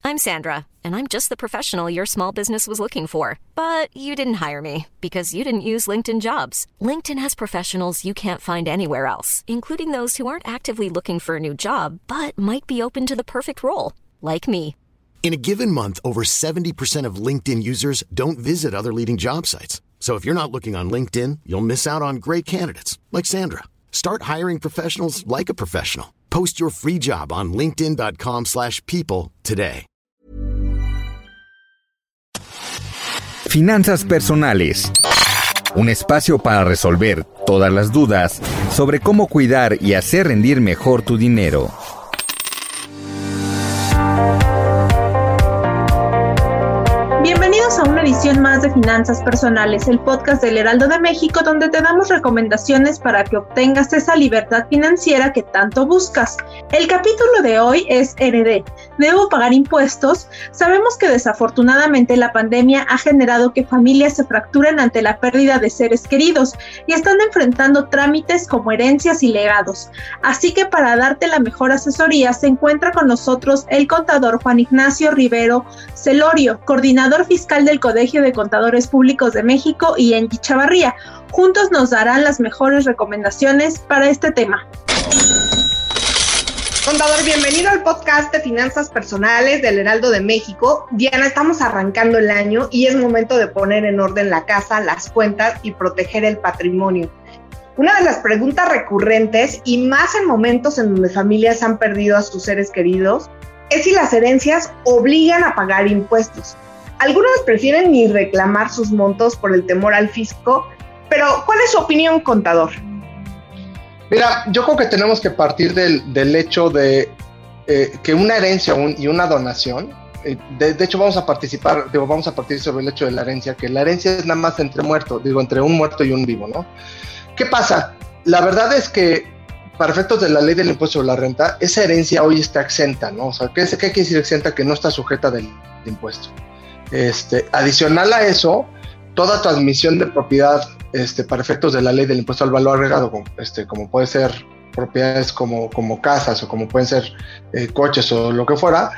I'm Sandra, and I'm just the professional your small business was looking for. But you didn't hire me because you didn't use LinkedIn Jobs. LinkedIn has professionals you can't find anywhere else, including those who aren't actively looking for a new job, but might be open to the perfect role, like me. In a given month, over 70% of LinkedIn users don't visit other leading job sites. So if you're not looking on LinkedIn, you'll miss out on great candidates like Sandra. Start hiring professionals like a professional. Post your free job on linkedin.com/people today. Finanzas personales. Un espacio para resolver todas las dudas sobre cómo cuidar y hacer rendir mejor tu dinero. Bienvenidos a una edición más de Finanzas Personales, el podcast del Heraldo de México, donde te damos recomendaciones para que obtengas esa libertad financiera que tanto buscas. El capítulo de hoy es Heredé. ¿Debo pagar impuestos? Sabemos que desafortunadamente la pandemia ha generado que familias se fracturen ante la pérdida de seres queridos y están enfrentando trámites como herencias y legados. Así que para darte la mejor asesoría se encuentra con nosotros el contador Juan Ignacio Rivero Celorio, coordinador fiscal del Colegio de Contadores Públicos de México, y Angie Chavarría. Juntos nos darán las mejores recomendaciones para este tema. Contador, bienvenido al podcast de Finanzas Personales del Heraldo de México. Diana, estamos arrancando el año y es momento de poner en orden la casa, las cuentas y proteger el patrimonio. Una de las preguntas recurrentes, y más en momentos en donde familias han perdido a sus seres queridos, es si las herencias obligan a pagar impuestos. Algunos prefieren ni reclamar sus montos por el temor al fisco, pero ¿cuál es su opinión, contador? Mira, yo creo que tenemos que partir del hecho de que una herencia y una donación, de hecho vamos a partir sobre el hecho de la herencia, que la herencia es nada más entre un muerto y un vivo, ¿no? ¿Qué pasa? La verdad es que para efectos de la ley del impuesto sobre la renta, esa herencia hoy está exenta, ¿no? O sea, ¿qué quiere decir exenta? Que no está sujeta del impuesto. Adicional a eso, toda transmisión de propiedad para efectos de la ley del impuesto al valor agregado, como puede ser propiedades como casas o como pueden ser coches o lo que fuera,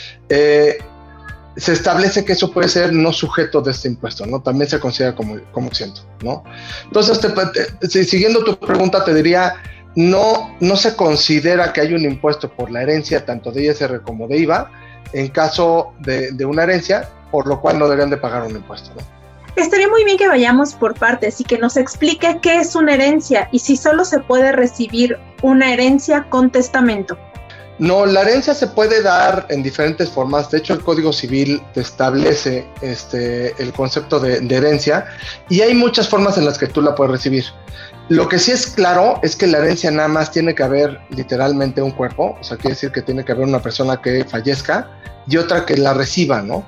se establece que eso puede ser no sujeto de este impuesto, ¿no? También se considera como exento, ¿no? Entonces, siguiendo tu pregunta, te diría, no se considera que hay un impuesto por la herencia tanto de ISR como de IVA en caso de una herencia, por lo cual no deberían de pagar un impuesto, ¿no? Estaría muy bien que vayamos por partes y que nos explique qué es una herencia y si solo se puede recibir una herencia con testamento. No, la herencia se puede dar en diferentes formas. De hecho, el Código Civil te establece el concepto de herencia, y hay muchas formas en las que tú la puedes recibir. Lo que sí es claro es que la herencia nada más tiene que haber literalmente un cuerpo, o sea, quiere decir que tiene que haber una persona que fallezca y otra que la reciba, ¿no?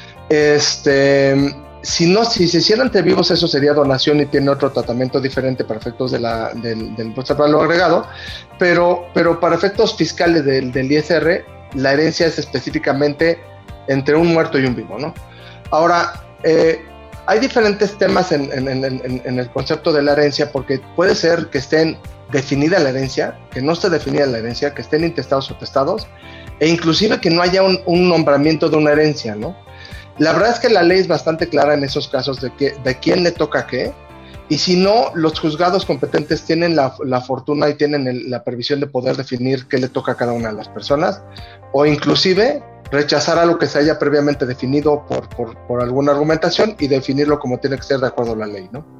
Si se hicieran entre vivos, eso sería donación y tiene otro tratamiento diferente para efectos del impuesto al valor agregado, pero para efectos fiscales del ISR, la herencia es específicamente entre un muerto y un vivo, ¿no? Ahora, hay diferentes temas en el concepto de la herencia, porque puede ser que estén definida la herencia, que no esté definida la herencia, que estén intestados o testados, e inclusive que no haya un nombramiento de una herencia, ¿no? La verdad es que la ley es bastante clara en esos casos de quién le toca qué, y si no, los juzgados competentes tienen la fortuna y tienen la previsión de poder definir qué le toca a cada una de las personas, o inclusive rechazar algo que se haya previamente definido por alguna argumentación y definirlo como tiene que ser de acuerdo a la ley, ¿no?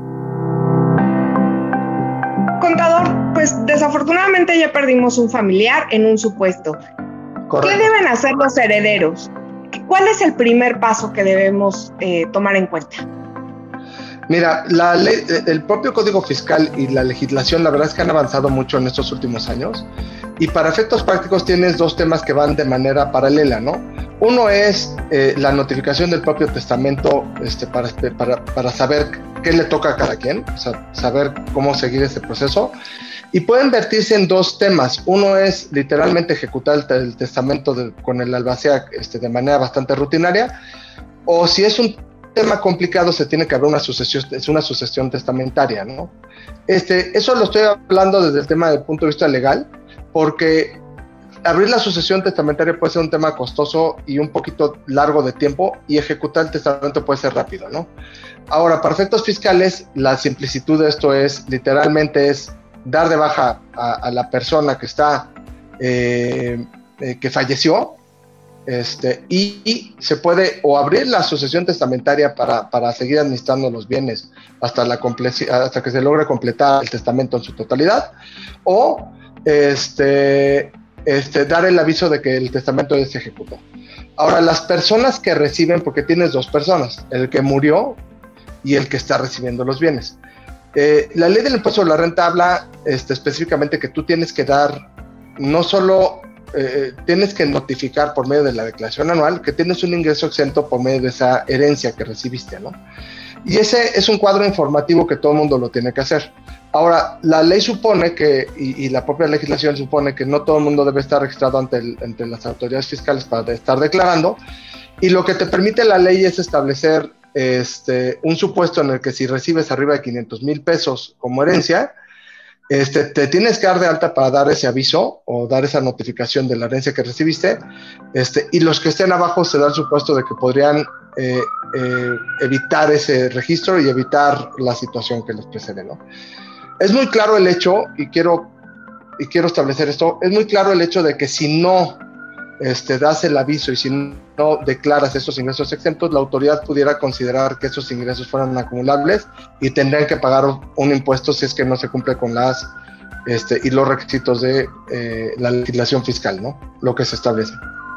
Contador, pues desafortunadamente ya perdimos un familiar en un supuesto. Correcto. ¿Qué deben hacer los herederos? ¿Cuál es el primer paso que debemos tomar en cuenta? Mira, la ley, el propio Código Fiscal y la legislación, la verdad es que han avanzado mucho en estos últimos años, y para efectos prácticos tienes dos temas que van de manera paralela, ¿no? Uno es la notificación del propio testamento para saber qué le toca a cada quien, o sea, saber cómo seguir ese proceso, y pueden vertirse en dos temas. Uno es literalmente ejecutar el testamento con el albacea de manera bastante rutinaria, o si es un tema complicado, se tiene que haber una sucesión testamentaria, ¿no? Eso lo estoy hablando desde el tema del punto de vista legal, porque abrir la sucesión testamentaria puede ser un tema costoso y un poquito largo de tiempo, y ejecutar el testamento puede ser rápido, ¿no? Ahora, para efectos fiscales, la simplitud de esto es, literalmente, es dar de baja a la persona que está, que falleció, y se puede o abrir la sucesión testamentaria para seguir administrando los bienes hasta que se logre completar el testamento en su totalidad, o dar el aviso de que el testamento ya se ejecutó. Ahora, las personas que reciben, porque tienes dos personas, el que murió y el que está recibiendo los bienes. La ley del impuesto de la renta habla específicamente que tú tienes que dar, no solo tienes que notificar por medio de la declaración anual que tienes un ingreso exento por medio de esa herencia que recibiste, ¿no? Y ese es un cuadro informativo que todo el mundo lo tiene que hacer. Ahora, la ley supone que, y la propia legislación supone que no todo el mundo debe estar registrado ante las autoridades fiscales para estar declarando, y lo que te permite la ley es establecer un supuesto en el que si recibes arriba de 500,000 pesos como herencia, te tienes que dar de alta para dar ese aviso o dar esa notificación de la herencia que recibiste, y los que estén abajo se da el supuesto de que podrían evitar ese registro y evitar la situación que les precede, ¿no? Es muy claro el hecho, y quiero establecer esto, es muy claro el hecho de que si no das el aviso y si no declaras esos ingresos exentos, la autoridad pudiera considerar que esos ingresos fueran acumulables y tendrían que pagar un impuesto si es que no se cumple con las y los requisitos de la legislación fiscal, ¿no? Lo que se establece.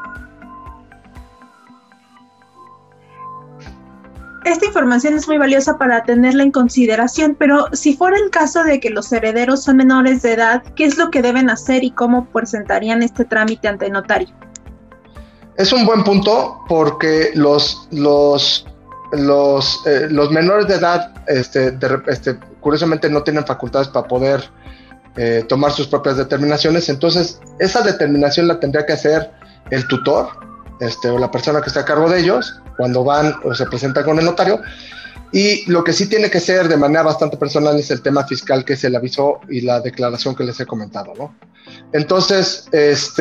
Esta información es muy valiosa para tenerla en consideración, pero si fuera el caso de que los herederos son menores de edad, ¿qué es lo que deben hacer y cómo presentarían este trámite ante notario? Es un buen punto, porque los menores de edad, curiosamente no tienen facultades para poder tomar sus propias determinaciones. Entonces, esa determinación la tendría que hacer el tutor, o la persona que está a cargo de ellos, cuando van o se presentan con el notario. Y lo que sí tiene que ser de manera bastante personal es el tema fiscal, que es el aviso y la declaración que les he comentado, ¿no? Entonces,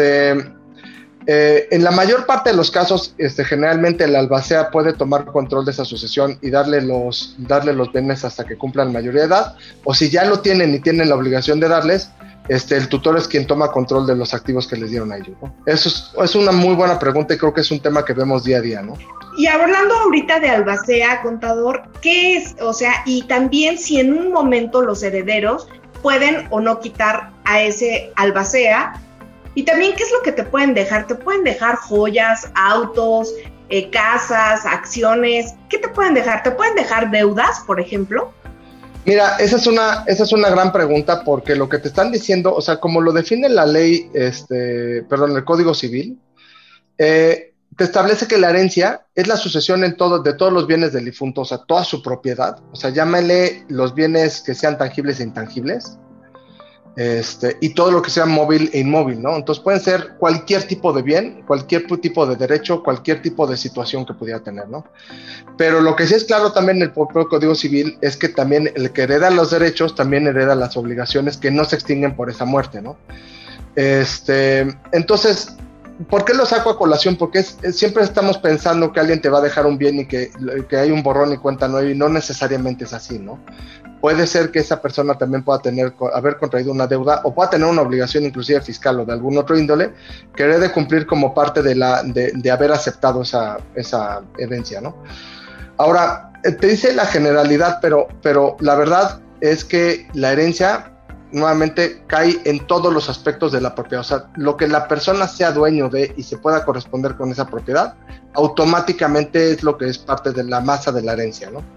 en la mayor parte de los casos, generalmente el albacea puede tomar control de esa sucesión y darle los bienes hasta que cumplan mayoría de edad, o si ya lo tienen y tienen la obligación de darles, el tutor es quien toma control de los activos que les dieron a ellos, ¿no? Eso es una muy buena pregunta, y creo que es un tema que vemos día a día, ¿no? Y hablando ahorita de albacea, contador, ¿qué es? O sea, y también si en un momento los herederos pueden o no quitar a ese albacea. Y también, ¿qué es lo que te pueden dejar? Te pueden dejar joyas, autos, casas, acciones. ¿Qué te pueden dejar? ¿Te pueden dejar deudas, por ejemplo? Mira, esa es una gran pregunta, porque lo que te están diciendo, o sea, como lo define la ley, el Código Civil, te establece que la herencia es la sucesión de todos los bienes del difunto, o sea, toda su propiedad, o sea, llámale los bienes que sean tangibles e intangibles, y todo lo que sea móvil e inmóvil, ¿no? Entonces pueden ser cualquier tipo de bien, cualquier tipo de derecho, cualquier tipo de situación que pudiera tener, ¿no? Pero lo que sí es claro también en el propio Código Civil es que también el que hereda los derechos también hereda las obligaciones que no se extinguen por esa muerte, ¿no? Entonces, ¿por qué lo saco a colación? Porque siempre estamos pensando que alguien te va a dejar un bien y que hay un borrón y cuenta nueva, y no necesariamente es así, ¿no? Puede ser que esa persona también pueda haber contraído una deuda, o pueda tener una obligación inclusive fiscal o de algún otro índole que debe de cumplir como parte de haber aceptado esa herencia, ¿no? Ahora, te dice la generalidad, pero la verdad es que la herencia nuevamente cae en todos los aspectos de la propiedad. O sea, lo que la persona sea dueño de y se pueda corresponder con esa propiedad, automáticamente es lo que es parte de la masa de la herencia, ¿no?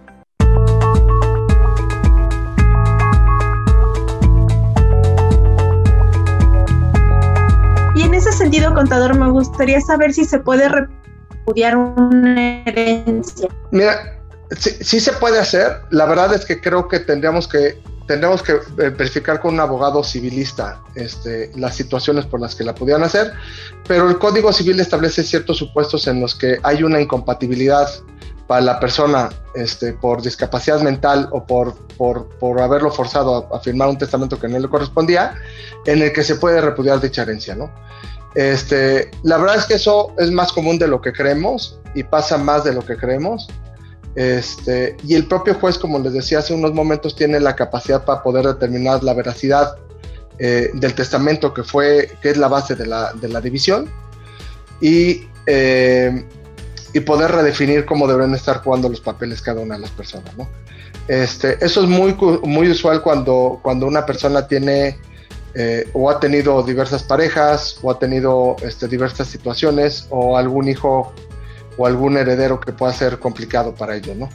Y en ese sentido, contador, me gustaría saber si se puede repudiar una herencia. Mira, sí se puede hacer. La verdad es que creo que tendríamos que verificar con un abogado civilista las situaciones por las que la pudieran hacer, pero el Código Civil establece ciertos supuestos en los que hay una incompatibilidad para la persona por discapacidad mental o por haberlo forzado a firmar un testamento que no le correspondía, en el que se puede repudiar dicha herencia, ¿no? La verdad es que eso es más común de lo que creemos y pasa más de lo que creemos. Y el propio juez, como les decía hace unos momentos, tiene la capacidad para poder determinar la veracidad del testamento que es la base de la división y poder redefinir cómo deben estar jugando los papeles cada una de las personas, ¿no? Eso es muy usual cuando una persona tiene o ha tenido diversas parejas o ha tenido diversas situaciones o algún hijo o algún heredero que pueda ser complicado para ellos, ¿no?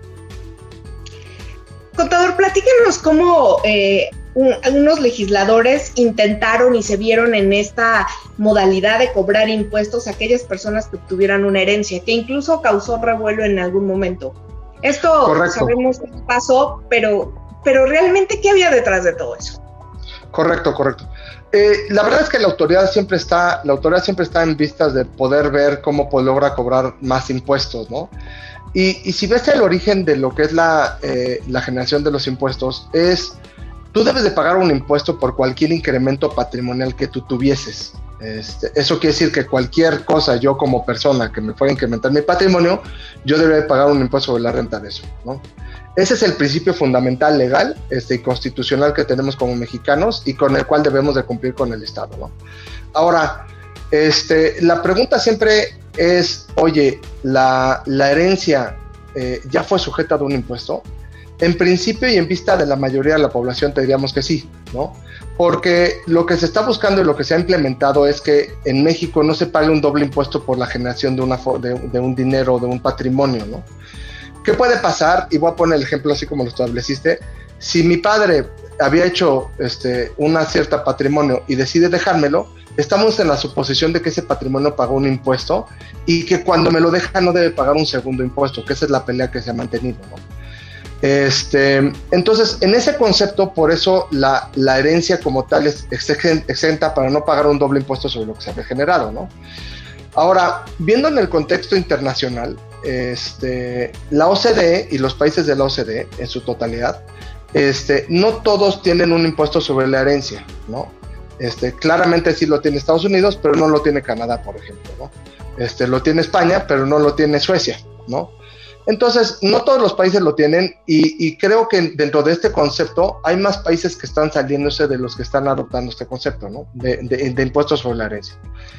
Contador, platíquenos cómo algunos legisladores intentaron y se vieron en esta modalidad de cobrar impuestos a aquellas personas que obtuvieran una herencia, que incluso causó revuelo en algún momento. Esto Correcto. Sabemos que pasó, pero realmente, ¿qué había detrás de todo eso? Correcto. La verdad es que la autoridad siempre está en vistas de poder ver cómo logra cobrar más impuestos, ¿no? Y si ves el origen de lo que es la generación de los impuestos, tú debes de pagar un impuesto por cualquier incremento patrimonial que tú tuvieses. Eso quiere decir que cualquier cosa, yo como persona que me fuera a incrementar mi patrimonio, yo debería pagar un impuesto sobre la renta de eso, ¿no? Ese es el principio fundamental legal y constitucional que tenemos como mexicanos y con el cual debemos de cumplir con el Estado, ¿no? Ahora, la pregunta siempre es, oye, ¿la herencia ya fue sujeta de un impuesto? En principio y en vista de la mayoría de la población te diríamos que sí, ¿no? Porque lo que se está buscando y lo que se ha implementado es que en México no se pague un doble impuesto por la generación de un dinero, de un patrimonio, ¿no? ¿Qué puede pasar? Y voy a poner el ejemplo así como lo estableciste. Si mi padre había hecho una cierta patrimonio y decide dejármelo, estamos en la suposición de que ese patrimonio pagó un impuesto y que cuando me lo deja no debe pagar un segundo impuesto, que esa es la pelea que se ha mantenido, ¿no? Entonces, en ese concepto, por eso la herencia como tal es exenta para no pagar un doble impuesto sobre lo que se había generado, ¿no? Ahora, viendo en el contexto internacional, la OCDE y los países de la OCDE en su totalidad, no todos tienen un impuesto sobre la herencia, ¿no? Claramente sí lo tiene Estados Unidos, pero no lo tiene Canadá, por ejemplo, ¿no? Lo tiene España, pero no lo tiene Suecia, ¿no? Entonces, no todos los países lo tienen y creo que dentro de este concepto hay más países que están saliéndose de los que están adoptando este concepto, ¿no? De impuestos sobre la herencia.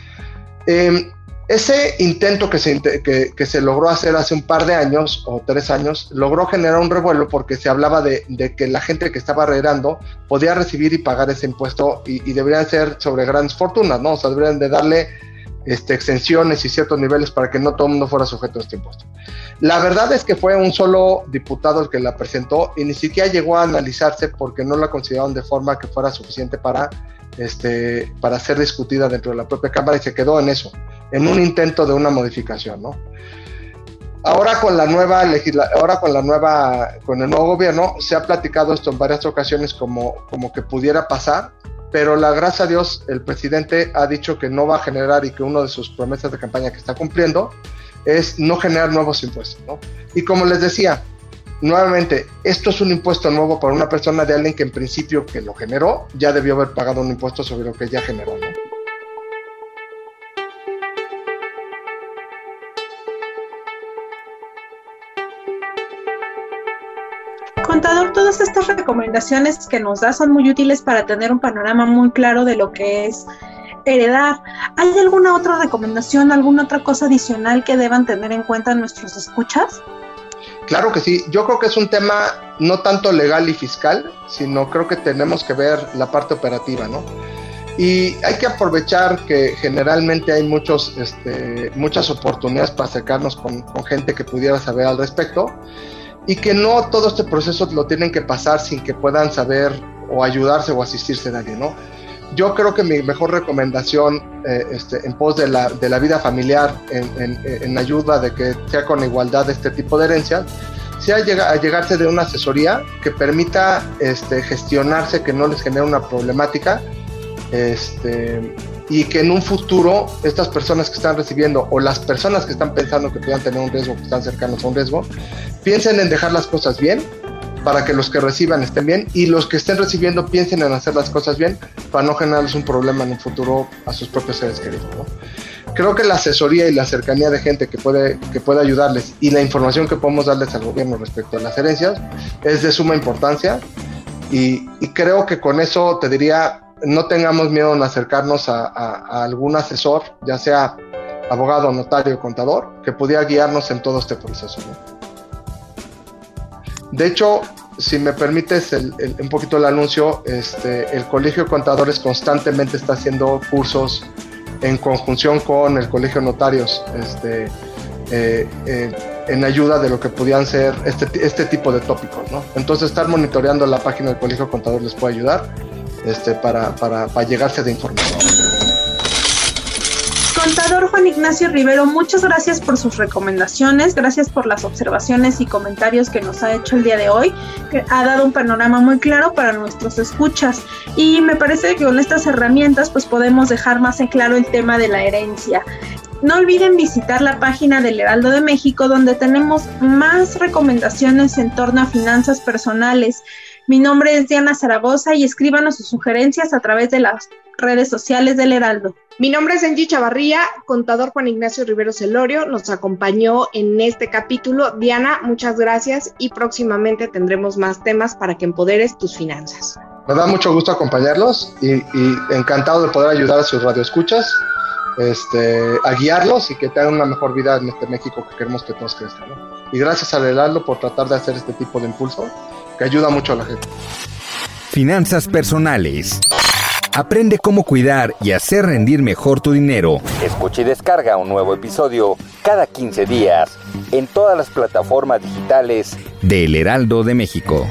Ese intento que se logró hacer hace un par de años o 3 años logró generar un revuelo porque se hablaba de que la gente que estaba heredando podía recibir y pagar ese impuesto y deberían ser sobre grandes fortunas, ¿no? O sea, deberían de darle exenciones y ciertos niveles para que no todo el mundo fuera sujeto a este impuesto. La verdad es que fue un solo diputado el que la presentó y ni siquiera llegó a analizarse porque no la consideraron de forma que fuera suficiente para ser discutida dentro de la propia Cámara y se quedó en eso, en un intento de una modificación, ¿no? Ahora con el nuevo gobierno se ha platicado esto en varias ocasiones como que pudiera pasar, pero gracias a Dios el presidente ha dicho que no va a generar y que una de sus promesas de campaña que está cumpliendo es no generar nuevos impuestos, ¿no? Y como les decía, nuevamente, esto es un impuesto nuevo para una persona de alguien que en principio que lo generó ya debió haber pagado un impuesto sobre lo que ya generó, ¿no? Contador, todas estas recomendaciones que nos da son muy útiles para tener un panorama muy claro de lo que es heredar. ¿Hay alguna otra recomendación, alguna otra cosa adicional que deban tener en cuenta nuestros escuchas? Claro que sí, yo creo que es un tema no tanto legal y fiscal, sino creo que tenemos que ver la parte operativa, ¿no? Y hay que aprovechar que generalmente hay muchas oportunidades para acercarnos con gente que pudiera saber al respecto y que no todo este proceso lo tienen que pasar sin que puedan saber o ayudarse o asistirse a nadie, ¿no? Yo creo que mi mejor recomendación en pos de la vida familiar, en ayuda de que sea con igualdad este tipo de herencias, sea llegarse de una asesoría que permita gestionarse, que no les genere una problemática, y que en un futuro estas personas que están recibiendo o las personas que están pensando que puedan tener un riesgo, que están cercanos a un riesgo, piensen en dejar las cosas bien para que los que reciban estén bien y los que estén recibiendo piensen en hacer las cosas bien para no generarles un problema en un futuro a sus propios seres queridos, ¿no? Creo que la asesoría y la cercanía de gente que puede ayudarles y la información que podemos darles al gobierno respecto a las herencias es de suma importancia y creo que con eso te diría, no tengamos miedo en acercarnos a algún asesor, ya sea abogado, notario, contador, que pudiera guiarnos en todo este proceso, ¿no? De hecho, si me permites un poquito el anuncio, el Colegio de Contadores constantemente está haciendo cursos en conjunción con el Colegio de Notarios, en ayuda de lo que pudieran ser este tipo de tópicos, ¿no? Entonces, estar monitoreando la página del Colegio de Contadores les puede ayudar para llegarse de información. Contador Juan Ignacio Rivero, muchas gracias por sus recomendaciones, gracias por las observaciones y comentarios que nos ha hecho el día de hoy, que ha dado un panorama muy claro para nuestros escuchas y me parece que con estas herramientas pues podemos dejar más en claro el tema de la herencia. No olviden visitar la página del Heraldo de México donde tenemos más recomendaciones en torno a finanzas personales. Mi nombre es Diana Zaragoza y escríbanos sus sugerencias a través de las redes sociales del Heraldo. Mi nombre es Angie Chavarría, contador Juan Ignacio Rivero Celorio nos acompañó en este capítulo. Diana, muchas gracias y próximamente tendremos más temas para que empoderes tus finanzas. Me da mucho gusto acompañarlos y encantado de poder ayudar a sus radioescuchas, a guiarlos y que tengan una mejor vida en este México que queremos que todos crezcan, ¿no? Y gracias al Heraldo por tratar de hacer este tipo de impulso que ayuda mucho a la gente. Finanzas personales. Aprende cómo cuidar y hacer rendir mejor tu dinero. Escucha y descarga un nuevo episodio cada 15 días en todas las plataformas digitales de El Heraldo de México.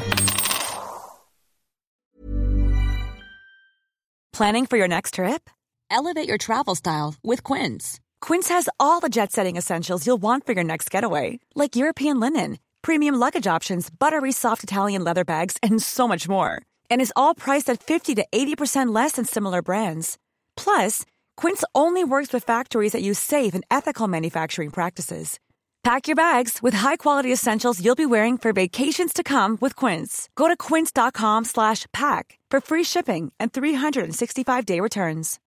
Planning for your next trip? Elevate your travel style with Quince. Quince has all the jet-setting essentials you'll want for your next getaway, like European linen, premium luggage options, buttery soft Italian leather bags, and so much more. And is all priced at 50 to 80% less than similar brands. Plus, Quince only works with factories that use safe and ethical manufacturing practices. Pack your bags with high-quality essentials you'll be wearing for vacations to come with Quince. Go to quince.com/pack for free shipping and 365-day returns.